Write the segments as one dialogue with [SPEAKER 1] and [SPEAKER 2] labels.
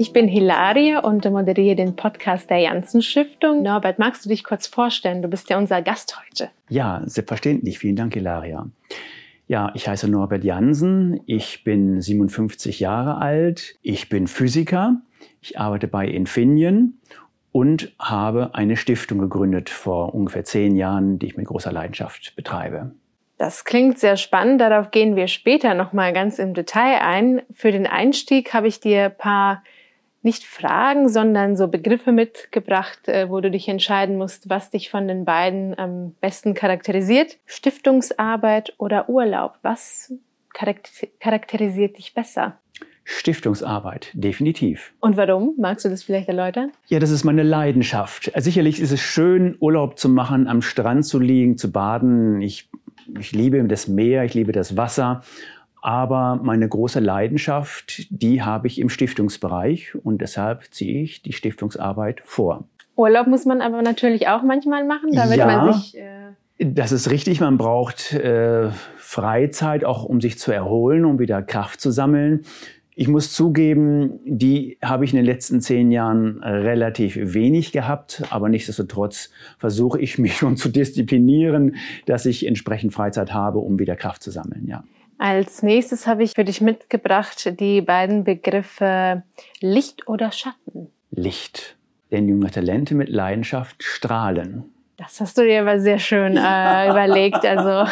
[SPEAKER 1] Ich bin Hilaria und moderiere den Podcast der Janssen-Stiftung. Norbert, magst du dich kurz vorstellen? Du bist ja unser Gast heute.
[SPEAKER 2] Ja, selbstverständlich. Vielen Dank, Hilaria. Ja, ich heiße Norbert Jansen. Ich bin 57 Jahre alt. Ich bin Physiker. Ich arbeite bei Infineon und habe eine Stiftung gegründet vor ungefähr 10 Jahren, die ich mit großer Leidenschaft betreibe.
[SPEAKER 1] Das klingt sehr spannend. Darauf gehen wir später nochmal ganz im Detail ein. Für den Einstieg habe ich dir ein paar nicht Fragen, sondern so Begriffe mitgebracht, wo du dich entscheiden musst, was dich von den beiden am besten charakterisiert. Stiftungsarbeit oder Urlaub? Was charakterisiert dich besser?
[SPEAKER 2] Stiftungsarbeit, definitiv.
[SPEAKER 1] Und warum? Magst du das vielleicht erläutern?
[SPEAKER 2] Ja, das ist meine Leidenschaft. Sicherlich ist es schön, Urlaub zu machen, am Strand zu liegen, zu baden. Ich liebe das Meer, ich liebe das Wasser. Aber meine große Leidenschaft, die habe ich im Stiftungsbereich und deshalb ziehe ich die Stiftungsarbeit vor.
[SPEAKER 1] Urlaub muss man aber natürlich auch manchmal machen, damit man sich...
[SPEAKER 2] Das ist richtig, man braucht Freizeit, auch um sich zu erholen, um wieder Kraft zu sammeln. Ich muss zugeben, die habe ich in den letzten 10 Jahren relativ wenig gehabt, aber nichtsdestotrotz versuche ich mich schon zu disziplinieren, dass ich entsprechend Freizeit habe, um wieder Kraft zu sammeln, ja.
[SPEAKER 1] Als nächstes habe ich für dich mitgebracht die beiden Begriffe Licht oder Schatten.
[SPEAKER 2] Licht, denn junge Talente mit Leidenschaft strahlen.
[SPEAKER 1] Das hast du dir aber sehr schön überlegt. Also.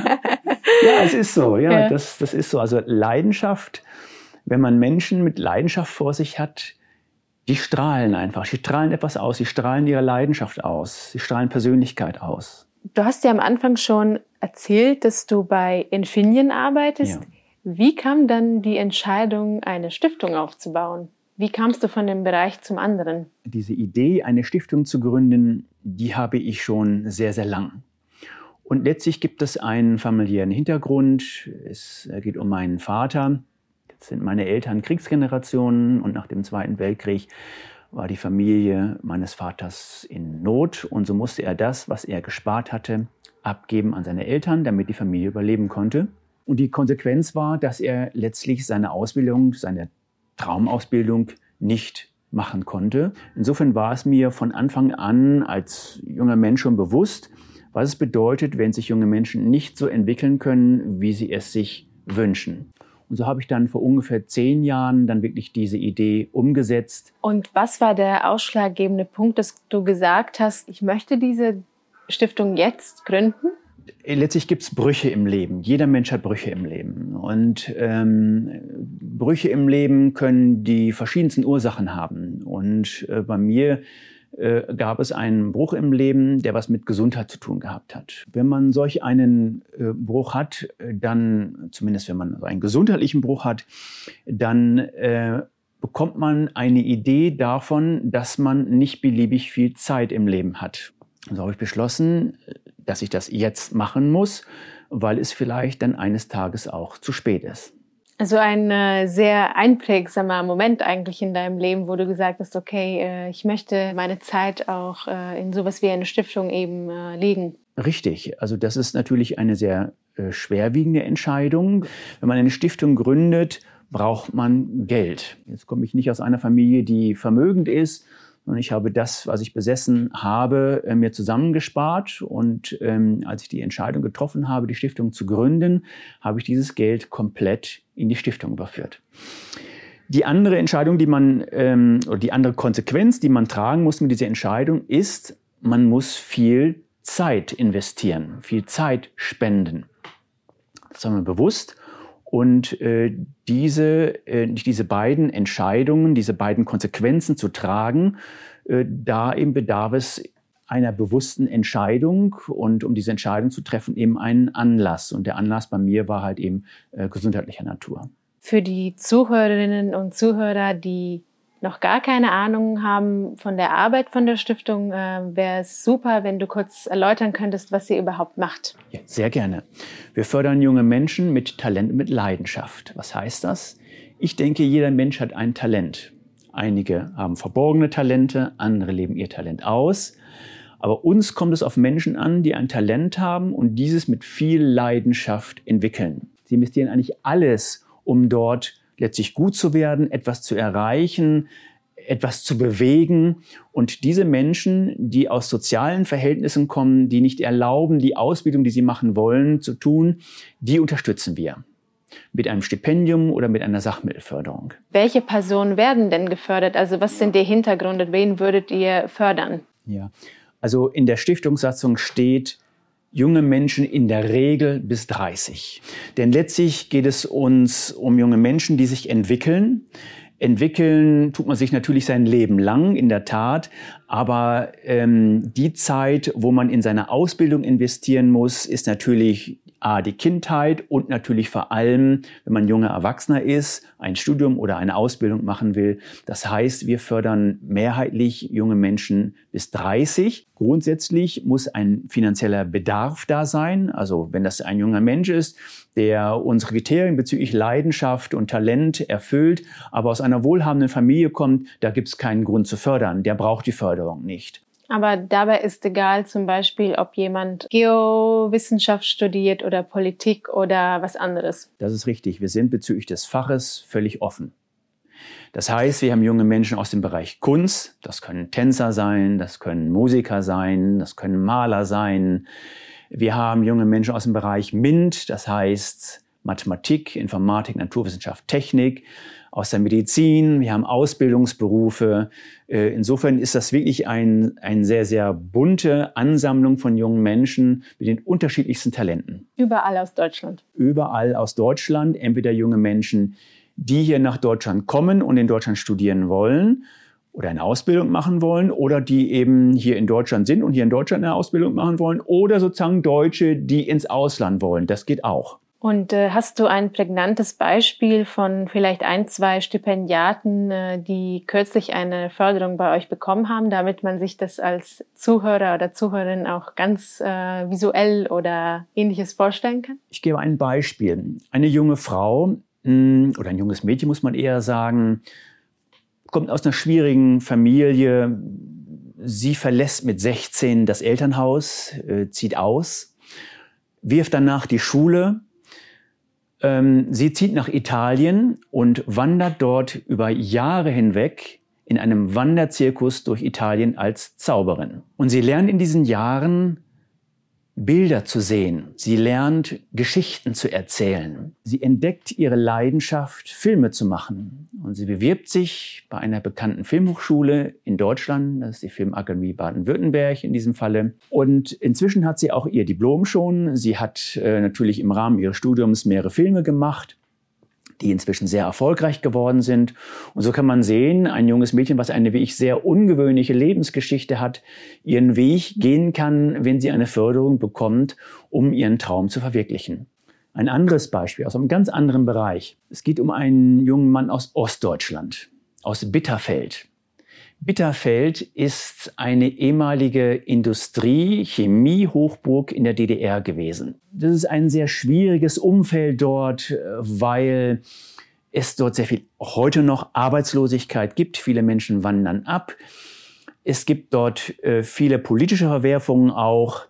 [SPEAKER 2] Ja, es ist so. Ja. Das ist so. Also Leidenschaft, wenn man Menschen mit Leidenschaft vor sich hat, die strahlen einfach. Die strahlen etwas aus. Sie strahlen ihre Leidenschaft aus. Sie strahlen Persönlichkeit aus.
[SPEAKER 1] Du hast ja am Anfang schon erzählt, dass du bei Infineon arbeitest. Ja. Wie kam dann die Entscheidung, eine Stiftung aufzubauen? Wie kamst du von dem Bereich zum anderen?
[SPEAKER 2] Diese Idee, eine Stiftung zu gründen, die habe ich schon sehr, sehr lang. Und letztlich gibt es einen familiären Hintergrund. Es geht um meinen Vater. Jetzt sind meine Eltern Kriegsgenerationen und nach dem Zweiten Weltkrieg war die Familie meines Vaters in Not. Und so musste er das, was er gespart hatte, abgeben an seine Eltern, damit die Familie überleben konnte. Und die Konsequenz war, dass er letztlich seine Ausbildung, seine Traumausbildung nicht machen konnte. Insofern war es mir von Anfang an als junger Mensch schon bewusst, was es bedeutet, wenn sich junge Menschen nicht so entwickeln können, wie sie es sich wünschen. Und so habe ich dann vor ungefähr 10 Jahren dann wirklich diese Idee umgesetzt.
[SPEAKER 1] Und was war der ausschlaggebende Punkt, dass du gesagt hast, ich möchte diese Stiftung jetzt gründen?
[SPEAKER 2] Letztlich gibt es Brüche im Leben. Jeder Mensch hat Brüche im Leben. Und Brüche im Leben können die verschiedensten Ursachen haben. Und bei mir gab es einen Bruch im Leben, der was mit Gesundheit zu tun gehabt hat. Wenn man solch einen Bruch hat, dann, zumindest wenn man einen gesundheitlichen Bruch hat, dann bekommt man eine Idee davon, dass man nicht beliebig viel Zeit im Leben hat. So habe ich beschlossen, dass ich das jetzt machen muss, weil es vielleicht dann eines Tages auch zu spät ist.
[SPEAKER 1] Also ein sehr einprägsamer Moment eigentlich in deinem Leben, wo du gesagt hast, okay, ich möchte meine Zeit auch in sowas wie eine Stiftung eben legen.
[SPEAKER 2] Richtig, also das ist natürlich eine sehr schwerwiegende Entscheidung. Wenn man eine Stiftung gründet, braucht man Geld. Jetzt komme ich nicht aus einer Familie, die vermögend ist, sondern ich habe das, was ich besessen habe, mir zusammengespart. Und als ich die Entscheidung getroffen habe, die Stiftung zu gründen, habe ich dieses Geld komplett in die Stiftung überführt. Die andere Entscheidung, oder die andere Konsequenz, die man tragen muss mit dieser Entscheidung, ist, man muss viel Zeit investieren, viel Zeit spenden. Das haben wir bewusst. Und diese beiden Entscheidungen, diese beiden Konsequenzen zu tragen, da eben bedarf es einer bewussten Entscheidung und um diese Entscheidung zu treffen, eben einen Anlass. Und der Anlass bei mir war halt eben gesundheitlicher Natur.
[SPEAKER 1] Für die Zuhörerinnen und Zuhörer, die noch gar keine Ahnung haben von der Arbeit von der Stiftung, wäre es super, wenn du kurz erläutern könntest, was sie überhaupt macht.
[SPEAKER 2] Ja, sehr gerne. Wir fördern junge Menschen mit Talent und mit Leidenschaft. Was heißt das? Ich denke, jeder Mensch hat ein Talent. Einige haben verborgene Talente, andere leben ihr Talent aus. Aber uns kommt es auf Menschen an, die ein Talent haben und dieses mit viel Leidenschaft entwickeln. Sie investieren eigentlich alles, um dort letztlich gut zu werden, etwas zu erreichen, etwas zu bewegen. Und diese Menschen, die aus sozialen Verhältnissen kommen, die nicht erlauben, die Ausbildung, die sie machen wollen, zu tun, die unterstützen wir mit einem Stipendium oder mit einer Sachmittelförderung.
[SPEAKER 1] Welche Personen werden denn gefördert? Also was sind die Hintergründe? Wen würdet ihr fördern?
[SPEAKER 2] Ja, also in der Stiftungssatzung steht, junge Menschen in der Regel bis 30. Denn letztlich geht es uns um junge Menschen, die sich entwickeln. Entwickeln tut man sich natürlich sein Leben lang, in der Tat. Aber die Zeit, wo man in seine Ausbildung investieren muss, ist natürlich die Kindheit und natürlich vor allem, wenn man junger Erwachsener ist, ein Studium oder eine Ausbildung machen will. Das heißt, wir fördern mehrheitlich junge Menschen bis 30. Grundsätzlich muss ein finanzieller Bedarf da sein. Also wenn das ein junger Mensch ist, der unsere Kriterien bezüglich Leidenschaft und Talent erfüllt, aber aus einer wohlhabenden Familie kommt, da gibt es keinen Grund zu fördern. Der braucht die Förderung nicht.
[SPEAKER 1] Aber dabei ist egal zum Beispiel, ob jemand Geowissenschaft studiert oder Politik oder was anderes.
[SPEAKER 2] Das ist richtig. Wir sind bezüglich des Faches völlig offen. Das heißt, wir haben junge Menschen aus dem Bereich Kunst. Das können Tänzer sein, das können Musiker sein, das können Maler sein. Wir haben junge Menschen aus dem Bereich MINT, das heißt Mathematik, Informatik, Naturwissenschaft, Technik, aus der Medizin, wir haben Ausbildungsberufe. Insofern ist das wirklich eine sehr, sehr bunte Ansammlung von jungen Menschen mit den unterschiedlichsten Talenten.
[SPEAKER 1] Überall aus Deutschland?
[SPEAKER 2] Überall aus Deutschland, entweder junge Menschen, die hier nach Deutschland kommen und in Deutschland studieren wollen oder eine Ausbildung machen wollen oder die eben hier in Deutschland sind und hier in Deutschland eine Ausbildung machen wollen oder sozusagen Deutsche, die ins Ausland wollen. Das geht auch.
[SPEAKER 1] Und hast du ein prägnantes Beispiel von vielleicht 1, 2 Stipendiaten, die kürzlich eine Förderung bei euch bekommen haben, damit man sich das als Zuhörer oder Zuhörerin auch ganz visuell oder Ähnliches vorstellen kann?
[SPEAKER 2] Ich gebe ein Beispiel. Eine junge Frau oder ein junges Mädchen, muss man eher sagen, kommt aus einer schwierigen Familie. Sie verlässt mit 16 das Elternhaus, zieht aus, wirft danach die Schule. Sie zieht nach Italien und wandert dort über Jahre hinweg in einem Wanderzirkus durch Italien als Zauberin. Und sie lernt in diesen Jahren Bilder zu sehen. Sie lernt Geschichten zu erzählen. Sie entdeckt ihre Leidenschaft, Filme zu machen. Und sie bewirbt sich bei einer bekannten Filmhochschule in Deutschland. Das ist die Filmakademie Baden-Württemberg in diesem Falle. Und inzwischen hat sie auch ihr Diplom schon. Sie hat natürlich im Rahmen ihres Studiums mehrere Filme gemacht, die inzwischen sehr erfolgreich geworden sind. Und so kann man sehen, ein junges Mädchen, was eine wirklich sehr ungewöhnliche Lebensgeschichte hat, ihren Weg gehen kann, wenn sie eine Förderung bekommt, um ihren Traum zu verwirklichen. Ein anderes Beispiel aus einem ganz anderen Bereich. Es geht um einen jungen Mann aus Ostdeutschland, aus Bitterfeld. Bitterfeld ist eine ehemalige Industrie-Chemie-Hochburg in der DDR gewesen. Das ist ein sehr schwieriges Umfeld dort, weil es dort sehr viel heute noch Arbeitslosigkeit gibt. Viele Menschen wandern ab. Es gibt dort viele politische Verwerfungen auch.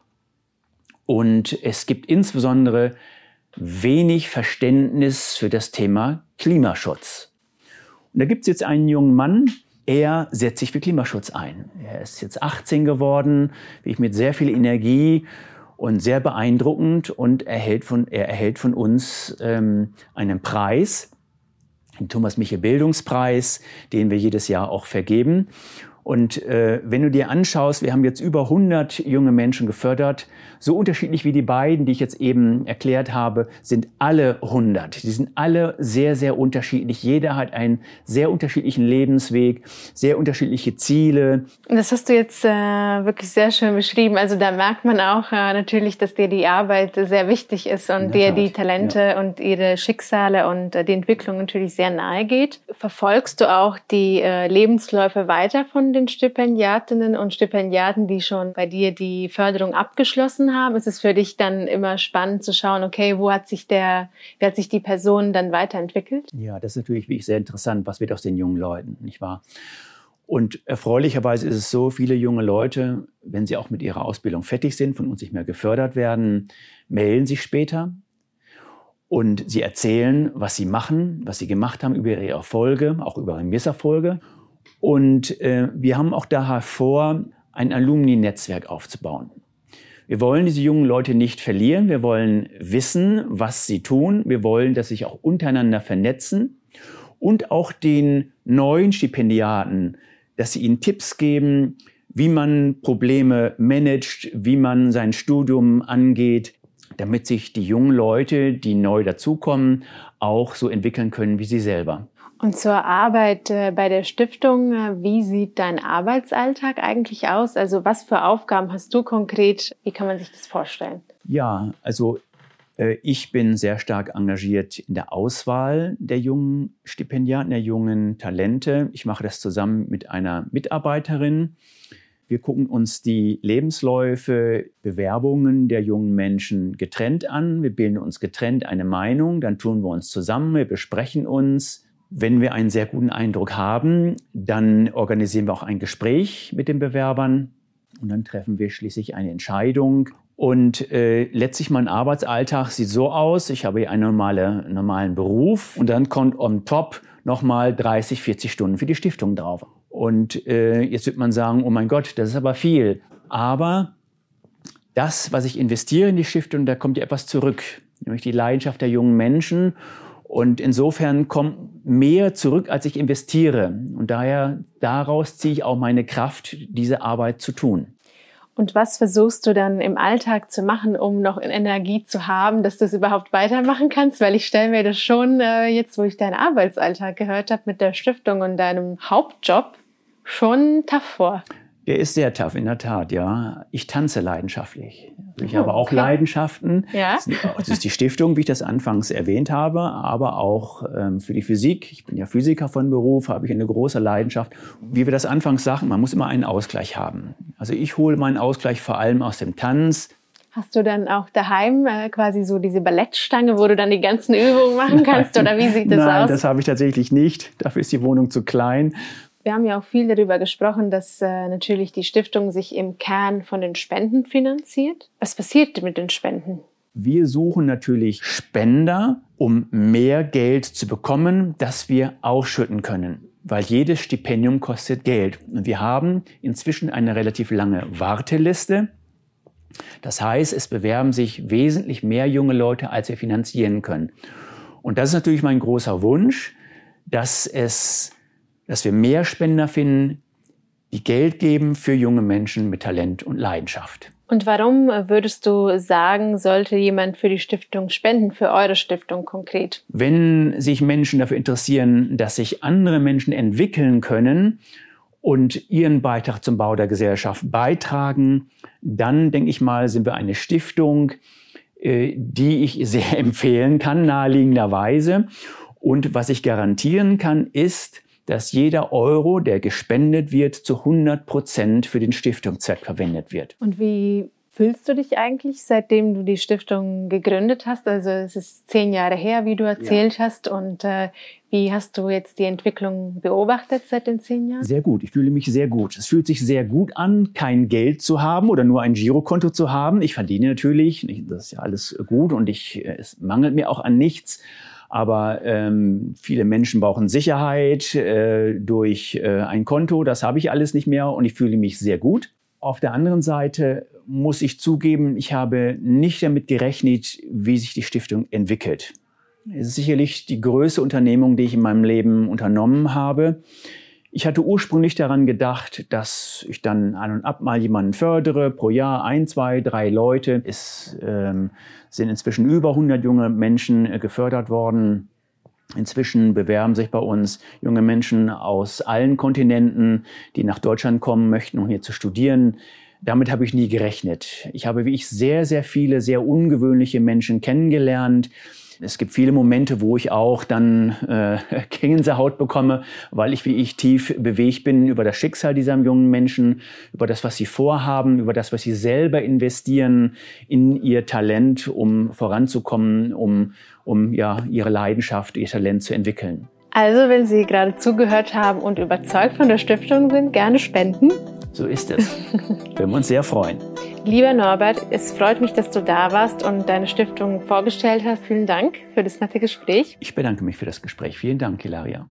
[SPEAKER 2] Und es gibt insbesondere wenig Verständnis für das Thema Klimaschutz. Und da gibt es jetzt einen jungen Mann, er setzt sich für Klimaschutz ein. Er ist jetzt 18 geworden, wirklich mit sehr viel Energie und sehr beeindruckend. Und er erhält von uns einen Preis, den Thomas-Michel-Bildungspreis, den wir jedes Jahr auch vergeben. Und wenn du dir anschaust, wir haben jetzt über 100 junge Menschen gefördert. So unterschiedlich wie die beiden, die ich jetzt eben erklärt habe, sind alle 100. Die sind alle sehr, sehr unterschiedlich. Jeder hat einen sehr unterschiedlichen Lebensweg, sehr unterschiedliche Ziele.
[SPEAKER 1] Und das hast du jetzt wirklich sehr schön beschrieben. Also da merkt man auch natürlich, dass dir die Arbeit sehr wichtig ist und dir die Talente und ihre Schicksale und die Entwicklung natürlich sehr nahe geht. Verfolgst du auch die Lebensläufe weiter von den Stipendiatinnen und Stipendiaten, die schon bei dir die Förderung abgeschlossen haben? Ist es für dich dann immer spannend zu schauen, okay, wie hat sich die Person dann weiterentwickelt?
[SPEAKER 2] Ja, das ist natürlich wirklich sehr interessant. Was wird aus den jungen Leuten, nicht wahr? Und erfreulicherweise ist es so, viele junge Leute, wenn sie auch mit ihrer Ausbildung fertig sind, von uns nicht mehr gefördert werden, melden sich später Und sie erzählen, was sie machen, was sie gemacht haben, über ihre Erfolge, auch über ihre Misserfolge. Und wir haben auch daher vor, ein Alumni-Netzwerk aufzubauen. Wir wollen diese jungen Leute nicht verlieren. Wir wollen wissen, was sie tun. Wir wollen, dass sie sich auch untereinander vernetzen und auch den neuen Stipendiaten, dass sie ihnen Tipps geben, wie man Probleme managt, wie man sein Studium angeht, damit sich die jungen Leute, die neu dazukommen, auch so entwickeln können wie sie selber.
[SPEAKER 1] Und zur Arbeit bei der Stiftung, wie sieht dein Arbeitsalltag eigentlich aus? Also was für Aufgaben hast du konkret? Wie kann man sich das vorstellen?
[SPEAKER 2] Ja, also ich bin sehr stark engagiert in der Auswahl der jungen Stipendiaten, der jungen Talente. Ich mache das zusammen mit einer Mitarbeiterin. Wir gucken uns die Lebensläufe, Bewerbungen der jungen Menschen getrennt an. Wir bilden uns getrennt eine Meinung, dann tun wir uns zusammen, wir besprechen uns. Wenn wir einen sehr guten Eindruck haben, dann organisieren wir auch ein Gespräch mit den Bewerbern und dann treffen wir schließlich eine Entscheidung. Und letztlich mein Arbeitsalltag sieht so aus, ich habe hier einen normalen Beruf und dann kommt on top nochmal 30, 40 Stunden für die Stiftung drauf. Und jetzt wird man sagen, oh mein Gott, das ist aber viel. Aber das, was ich investiere in die Stiftung, da kommt ja etwas zurück, nämlich die Leidenschaft der jungen Menschen. Und insofern kommt mehr zurück, als ich investiere. Und daraus ziehe ich auch meine Kraft, diese Arbeit zu tun.
[SPEAKER 1] Und was versuchst du dann im Alltag zu machen, um noch Energie zu haben, dass du es überhaupt weitermachen kannst? Weil ich stelle mir das schon jetzt, wo ich deinen Arbeitsalltag gehört habe mit der Stiftung und deinem Hauptjob, schon tough vor.
[SPEAKER 2] Der ist sehr tough, in der Tat, ja. Ich tanze leidenschaftlich. Ich habe auch Leidenschaften.
[SPEAKER 1] Ja.
[SPEAKER 2] Das ist die Stiftung, wie ich das anfangs erwähnt habe, aber auch für die Physik. Ich bin ja Physiker von Beruf, habe ich eine große Leidenschaft. Wie wir das anfangs sagten, man muss immer einen Ausgleich haben. Also ich hole meinen Ausgleich vor allem aus dem Tanz.
[SPEAKER 1] Hast du dann auch daheim quasi so diese Ballettstange, wo du dann die ganzen Übungen machen kannst? Oder wie sieht das aus?
[SPEAKER 2] Nein, das habe ich tatsächlich nicht. Dafür ist die Wohnung zu klein.
[SPEAKER 1] Wir haben ja auch viel darüber gesprochen, dass natürlich die Stiftung sich im Kern von den Spenden finanziert. Was passiert mit den Spenden?
[SPEAKER 2] Wir suchen natürlich Spender, um mehr Geld zu bekommen, das wir ausschütten können. Weil jedes Stipendium kostet Geld. Und wir haben inzwischen eine relativ lange Warteliste. Das heißt, es bewerben sich wesentlich mehr junge Leute, als wir finanzieren können. Und das ist natürlich mein großer Wunsch, dass wir mehr Spender finden, die Geld geben für junge Menschen mit Talent und Leidenschaft.
[SPEAKER 1] Und warum würdest du sagen, sollte jemand für die Stiftung spenden, für eure Stiftung konkret?
[SPEAKER 2] Wenn sich Menschen dafür interessieren, dass sich andere Menschen entwickeln können und ihren Beitrag zum Bau der Gesellschaft beitragen, dann, denke ich mal, sind wir eine Stiftung, die ich sehr empfehlen kann, naheliegenderweise. Und was ich garantieren kann, ist, dass jeder Euro, der gespendet wird, zu 100% für den Stiftungszweck verwendet wird.
[SPEAKER 1] Und wie fühlst du dich eigentlich, seitdem du die Stiftung gegründet hast? Also es ist 10 Jahre her, wie du erzählt hast. Und wie hast du jetzt die Entwicklung beobachtet seit den 10 Jahren?
[SPEAKER 2] Sehr gut, ich fühle mich sehr gut. Es fühlt sich sehr gut an, kein Geld zu haben oder nur ein Girokonto zu haben. Ich verdiene natürlich, das ist ja alles gut und es mangelt mir auch an nichts. Aber viele Menschen brauchen Sicherheit durch ein Konto. Das habe ich alles nicht mehr und ich fühle mich sehr gut. Auf der anderen Seite muss ich zugeben, ich habe nicht damit gerechnet, wie sich die Stiftung entwickelt. Es ist sicherlich die größte Unternehmung, die ich in meinem Leben unternommen habe. Ich hatte ursprünglich daran gedacht, dass ich dann an und ab mal jemanden fördere, pro Jahr 1, 2, 3 Leute. Es sind inzwischen über 100 junge Menschen gefördert worden. Inzwischen bewerben sich bei uns junge Menschen aus allen Kontinenten, die nach Deutschland kommen möchten, um hier zu studieren. Damit habe ich nie gerechnet. Ich habe, wie ich, sehr, sehr viele, sehr ungewöhnliche Menschen kennengelernt. Es gibt viele Momente, wo ich auch dann Gänsehaut bekomme, weil ich, wie ich, tief bewegt bin über das Schicksal dieser jungen Menschen, über das, was sie vorhaben, über das, was sie selber investieren in ihr Talent, um voranzukommen, um ihre Leidenschaft, ihr Talent zu entwickeln.
[SPEAKER 1] Also, wenn Sie gerade zugehört haben und überzeugt von der Stiftung sind, gerne spenden.
[SPEAKER 2] So ist es. Würden wir uns sehr freuen.
[SPEAKER 1] Lieber Norbert, es freut mich, dass du da warst und deine Stiftung vorgestellt hast. Vielen Dank für das nette Gespräch.
[SPEAKER 2] Ich bedanke mich für das Gespräch. Vielen Dank, Hilaria.